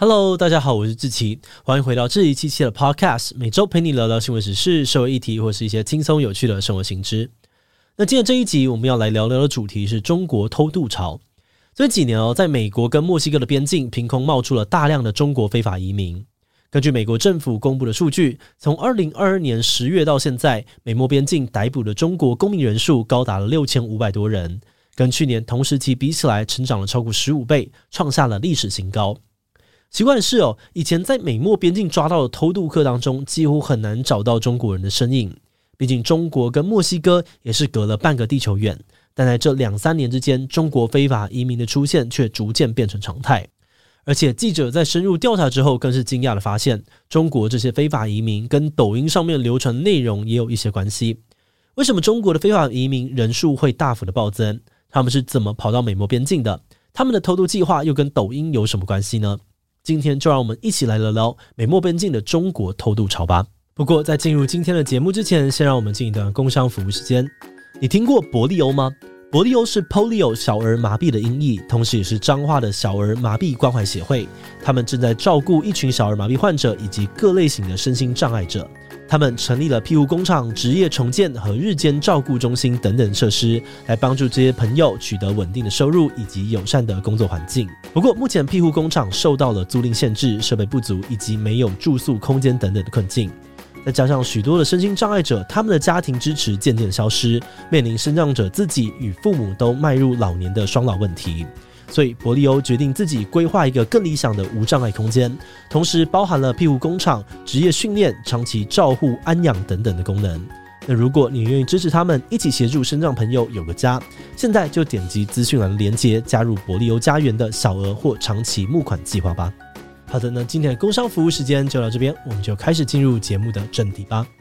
Hello， 大家好，我是志祺，欢迎回到志祺七七的 Podcast， 每周陪你聊聊新闻时事、社会议题或是一些轻松有趣的生活新知。那今天这一集我们要来聊聊的主题是中国偷渡潮。最近几年在美国跟墨西哥的边境凭空冒出了大量的中国非法移民。根据美国政府公布的数据，从2022年10月到现在，美墨边境逮捕的中国公民人数高达了6500多人，跟去年同时期比起来成长了超过15倍，创下了历史新高。奇怪的是以前在美墨边境抓到的偷渡客当中，几乎很难找到中国人的身影。毕竟中国跟墨西哥也是隔了半个地球远，但在这2-3年之间，中国非法移民的出现却逐渐变成常态。而且记者在深入调查之后，更是惊讶的发现，中国这些非法移民跟抖音上面流传的内容也有一些关系。为什么中国的非法移民人数会大幅的暴增？他们是怎么跑到美墨边境的？他们的偷渡计划又跟抖音有什么关系呢？今天就让我们一起来聊聊美墨边境的中国偷渡潮吧。不过在进入今天的节目之前，先让我们进一段工商服务时间。你听过伯利欧吗？伯利欧是 polio 小儿麻痹的音译，同时也是彰化的小儿麻痹关怀协会。他们正在照顾一群小儿麻痹患者以及各类型的身心障碍者。他们成立了庇护工厂、职业重建和日间照顾中心等等设施，来帮助这些朋友取得稳定的收入以及友善的工作环境。不过目前庇护工厂受到了租赁限制、设备不足以及没有住宿空间等等的困境。再加上许多的身心障碍者，他们的家庭支持渐渐消失，面临身障者自己与父母都迈入老年的双老问题。所以伯利欧决定自己规划一个更理想的无障碍空间，同时包含了庇护工厂、职业训练、长期照护、安养等等的功能。那如果你愿意支持他们，一起协助身障朋友有个家，现在就点击资讯栏的连结，加入伯利欧家园的小额或长期募款计划吧。好的，那今天的工商服务时间就到这边，我们就开始进入节目的正题吧。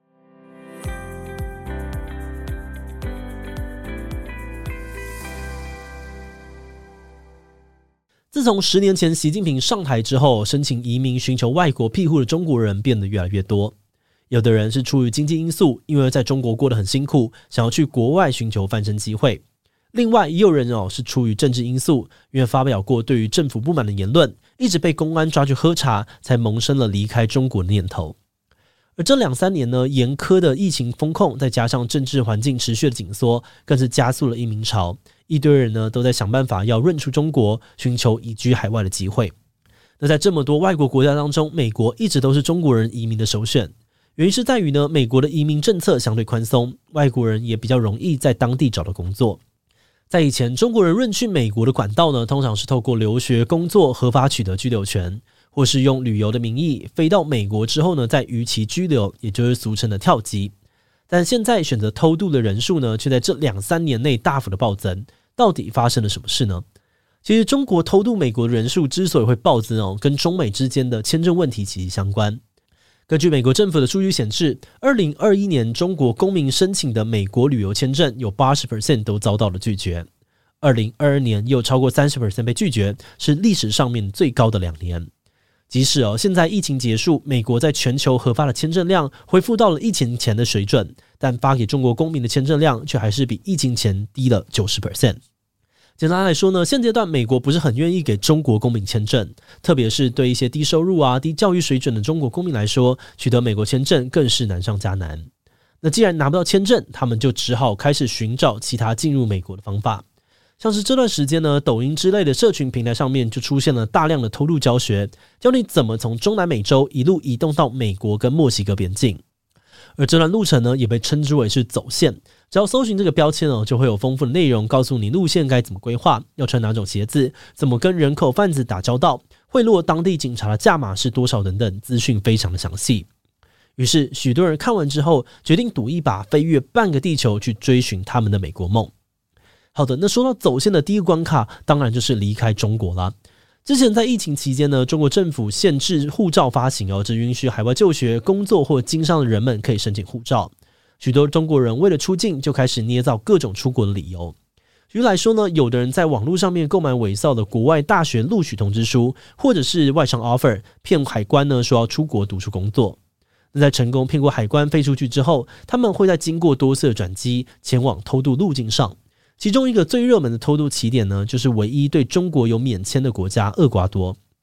自从10年前习近平上台之后，申请移民寻求外国庇护的中国人变得越来越多。有的人是出于经济因素，因为在中国过得很辛苦，想要去国外寻求翻身机会。另外也有人是出于政治因素，因为发表过对于政府不满的言论，一直被公安抓去喝茶，才萌生了离开中国的念头。而这2-3年呢，严苛的疫情风控，再加上政治环境持续的紧缩，更是加速了移民潮。一堆人呢都在想办法要润出中国，寻求移居海外的机会。那在这么多外国国家当中，美国一直都是中国人移民的首选。原因是在于呢，美国的移民政策相对宽松，外国人也比较容易在当地找到工作。在以前，中国人润去美国的管道呢，通常是透过留学、工作合法取得居留权，或是用旅游的名义飞到美国之后呢，再逾期居留，也就是俗称的跳级。但现在选择偷渡的人数呢，却在这2-3年内大幅的暴增。到底发生了什么事呢？其实中国偷渡美国的人数之所以会暴增跟中美之间的签证问题息息相关。根据美国政府的数据显示，2021年中国公民申请的美国旅游签证有 80% 都遭到了拒绝。2022年又超过 30% 被拒绝，是历史上面最高的2年。即使现在疫情结束，美国在全球核发的签证量恢复到了疫情前的水准，但发给中国公民的签证量却还是比疫情前低了 90%。简单来说呢，现阶段美国不是很愿意给中国公民签证，特别是对一些低收入低教育水准的中国公民来说，取得美国签证更是难上加难。那既然拿不到签证，他们就只好开始寻找其他进入美国的方法。像是这段时间呢，抖音之类的社群平台上面就出现了大量的偷渡教学，教你怎么从中南美洲一路移动到美国跟墨西哥边境。而这段路程呢，也被称之为是走线。只要搜寻这个标签就会有丰富的内容告诉你路线该怎么规划，要穿哪种鞋子，怎么跟人口贩子打交道，贿赂当地警察的价码是多少等等，资讯非常的详细。于是许多人看完之后，决定赌一把，飞越半个地球去追寻他们的美国梦。好的，那说到走线的第一个关卡，当然就是离开中国啦。之前在疫情期间呢，中国政府限制护照发行只允许海外就学、工作或经商的人们可以申请护照。许多中国人为了出境，就开始捏造各种出国的理由。举例来说呢，有的人在网络上面购买伪造的国外大学录取通知书，或者是外商 offer， 骗海关呢说要出国读书工作。那在成功骗过海关飞出去之后，他们会再经过多次的转机，前往偷渡路径上。其中一个最热门的偷渡起点呢，就是唯一对中国有免签的国家厄瓜多。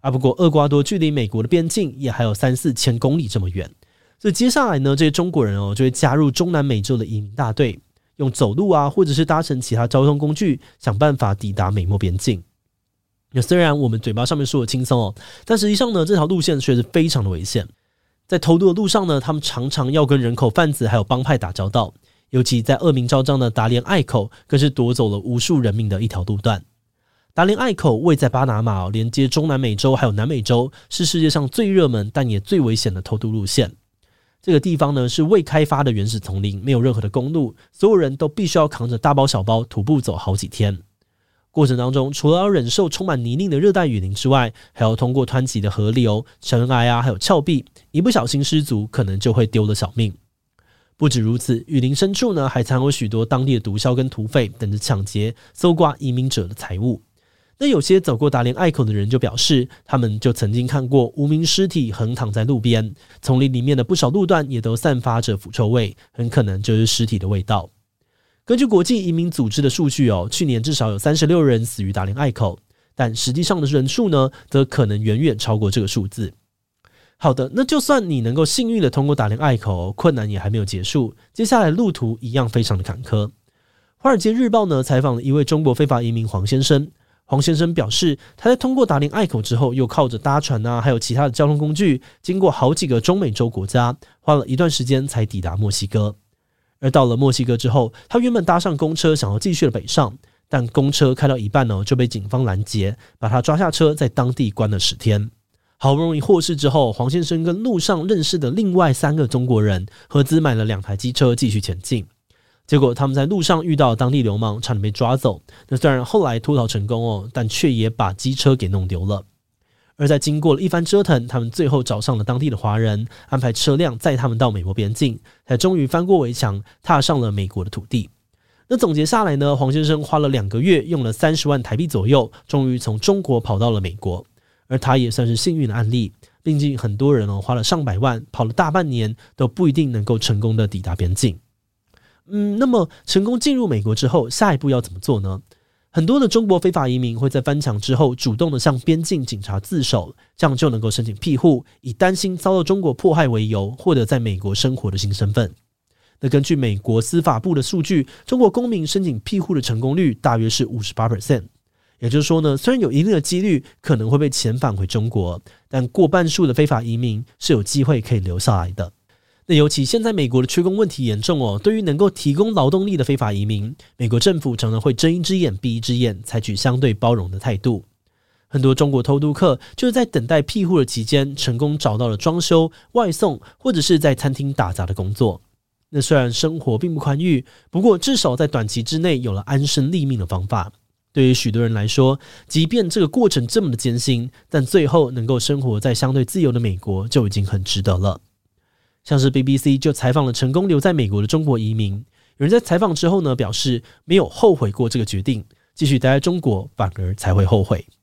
不过厄瓜多距离美国的边境也还有3-4千公里这么远，所以接下来呢，这些中国人就会加入中南美洲的移民大队，用走路或者是搭乘其他交通工具，想办法抵达美墨边境。虽然我们嘴巴上面说的轻松但实际上呢，这条路线却是非常的危险。在偷渡的路上呢，他们常常要跟人口贩子还有帮派打交道，尤其在恶名昭彰的达连隘口，更是夺走了无数人命的一条路段。达连隘口位在巴拿马，连接中南美洲还有南美洲，是世界上最热门但也最危险的偷渡路线。这个地方呢是未开发的原始丛林，没有任何的公路，所有人都必须要扛着大包小包徒步走好几天。过程当中，除了要忍受充满泥泞的热带雨林之外，还要通过湍急的河流、尘埃还有峭壁，一不小心失足，可能就会丢了小命。不止如此，雨林深处呢还藏有许多当地的毒枭跟土匪，等着抢劫、搜刮移民者的财物。那有些走过达连隘口的人就表示，他们就曾经看过无名尸体横躺在路边，丛林里面的不少路段也都散发着腐臭味，很可能就是尸体的味道。根据国际移民组织的数据去年至少有36人死于达连隘口，但实际上的人数呢，则可能远远超过这个数字。好的，那就算你能够幸运的通过达连隘口，困难也还没有结束，接下来路途一样非常的坎坷。华尔街日报呢采访了一位中国非法移民黄先生，黄先生表示，他在通过达连隘口之后，又靠着搭船还有其他的交通工具，经过好几个中美洲国家，花了一段时间才抵达墨西哥。而到了墨西哥之后，他原本搭上公车想要继续的北上，但公车开到一半就被警方拦截，把他抓下车，在当地关了10天。好不容易获释之后，黄先生跟路上认识的另外3个中国人合资买了2台机车继续前进。结果他们在路上遇到当地流氓，差点被抓走。那虽然后来脱逃成功但却也把机车给弄丢了。而在经过了一番折腾，他们最后找上了当地的华人，安排车辆载他们到美国边境，才终于翻过围墙，踏上了美国的土地。那总结下来呢，黄先生花了2个月，用了30万台币左右，终于从中国跑到了美国。而他也算是幸运的案例，毕竟很多人花了上百万，跑了大半年，都不一定能够成功的抵达边境。那么成功进入美国之后，下一步要怎么做呢？很多的中国非法移民会在翻墙之后主动的向边境警察自首，这样就能够申请庇护，以担心遭到中国迫害为由，获得在美国生活的新身份。那根据美国司法部的数据，中国公民申请庇护的成功率大约是 58%。也就是说呢，虽然有一定的几率可能会被遣返回中国，但过半数的非法移民是有机会可以留下来的。那尤其现在美国的缺工问题严重对于能够提供劳动力的非法移民，美国政府常常会睁一只眼闭一只眼，采取相对包容的态度。很多中国偷渡客就是在等待庇护的期间，成功找到了装修、外送或者是在餐厅打杂的工作。那虽然生活并不宽裕，不过至少在短期之内有了安身立命的方法。对于许多人来说，即便这个过程这么的艰辛，但最后能够生活在相对自由的美国就已经很值得了。像是 BBC 就采访了成功留在美国的中国移民，有人在采访之后呢表示，没有后悔过这个决定，继续待在中国反而才会后悔。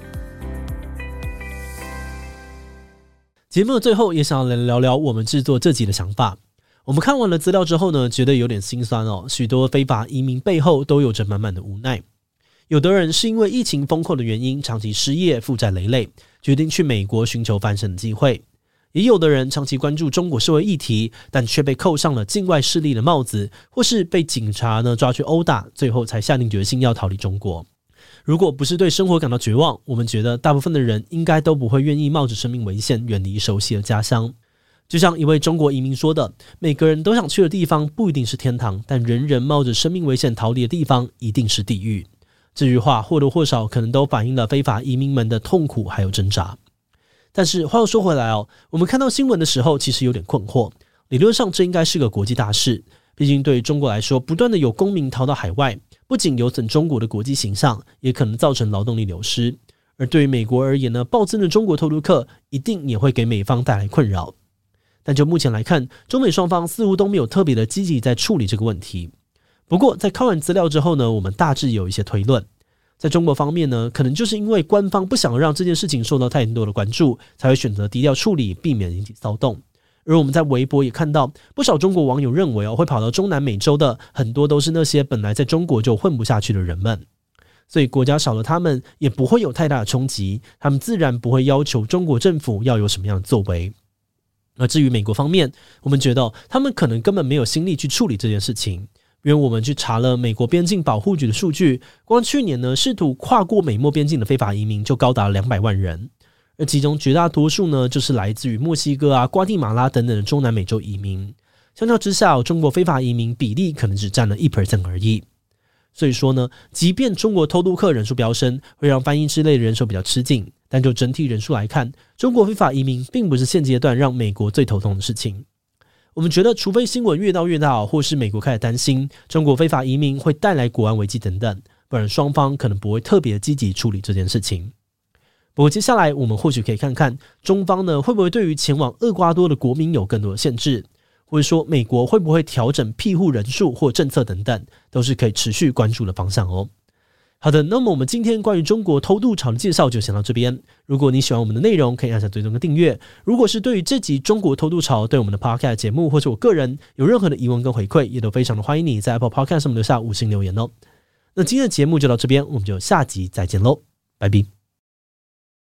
节目的最后也想要来聊聊我们制作这集的想法。我们看完了资料之后呢，觉得有点心酸许多非法移民背后都有着满满的无奈。有的人是因为疫情封控的原因，长期失业，负债累累，决定去美国寻求翻身的机会。也有的人长期关注中国社会议题，但却被扣上了境外势力的帽子，或是被警察抓去殴打，最后才下定决心要逃离中国。如果不是对生活感到绝望，我们觉得大部分的人应该都不会愿意冒着生命危险远离熟悉的家乡。就像一位中国移民说的，每个人都想去的地方不一定是天堂，但人人冒着生命危险逃离的地方一定是地狱。这句话或多或少可能都反映了非法移民们的痛苦还有挣扎。但是话又说回来我们看到新闻的时候其实有点困惑。理论上这应该是个国际大事，毕竟对于中国来说，不断的有公民逃到海外，不仅有损中国的国际形象，也可能造成劳动力流失。而对于美国而言呢，暴增的中国偷渡客一定也会给美方带来困扰。但就目前来看，中美双方似乎都没有特别的积极在处理这个问题。不过在看完资料之后呢，我们大致有一些推论。在中国方面呢，可能就是因为官方不想让这件事情受到太多的关注，才会选择低调处理，避免引起骚动。而我们在微博也看到不少中国网友认为会跑到中南美洲的很多都是那些本来在中国就混不下去的人们。 所以国家少了他们也不会有太大的冲击，他们自然不会要求中国政府要有什么样的作为。而至于美国方面，我们觉得他们可能根本没有心力去处理这件事情，因为我们去查了美国边境保护局的数据，光去年呢试图跨过美墨边境的非法移民就高达了200万人，而其中绝大多数呢就是来自于墨西哥啊、瓜地马拉等等的中南美洲移民。相较之下，中国非法移民比例可能只占了 1% 而已。所以说呢，即便中国偷渡客人数飙升，会让翻译之类的人手比较吃紧，但就整体人数来看，中国非法移民并不是现阶段让美国最头痛的事情。我们觉得，除非新闻越闹越大，或是美国开始担心中国非法移民会带来国安危机等等，不然双方可能不会特别积极处理这件事情。不过接下来我们或许可以看看中方呢会不会对于前往厄瓜多的国民有更多的限制，或者说美国会不会调整庇护人数或政策等等，都是可以持续关注的方向哦。好的，那么我们今天关于中国偷渡潮的介绍就先到这边。如果你喜欢我们的内容，可以按下追踪跟订阅。如果是对于这集中国偷渡潮对我们的 Podcast 节目或者我个人有任何的疑问跟回馈，也都非常的欢迎你在 Apple Podcast 上面留下5星留言哦。那今天的节目就到这边，我们就下集再见喽，拜拜。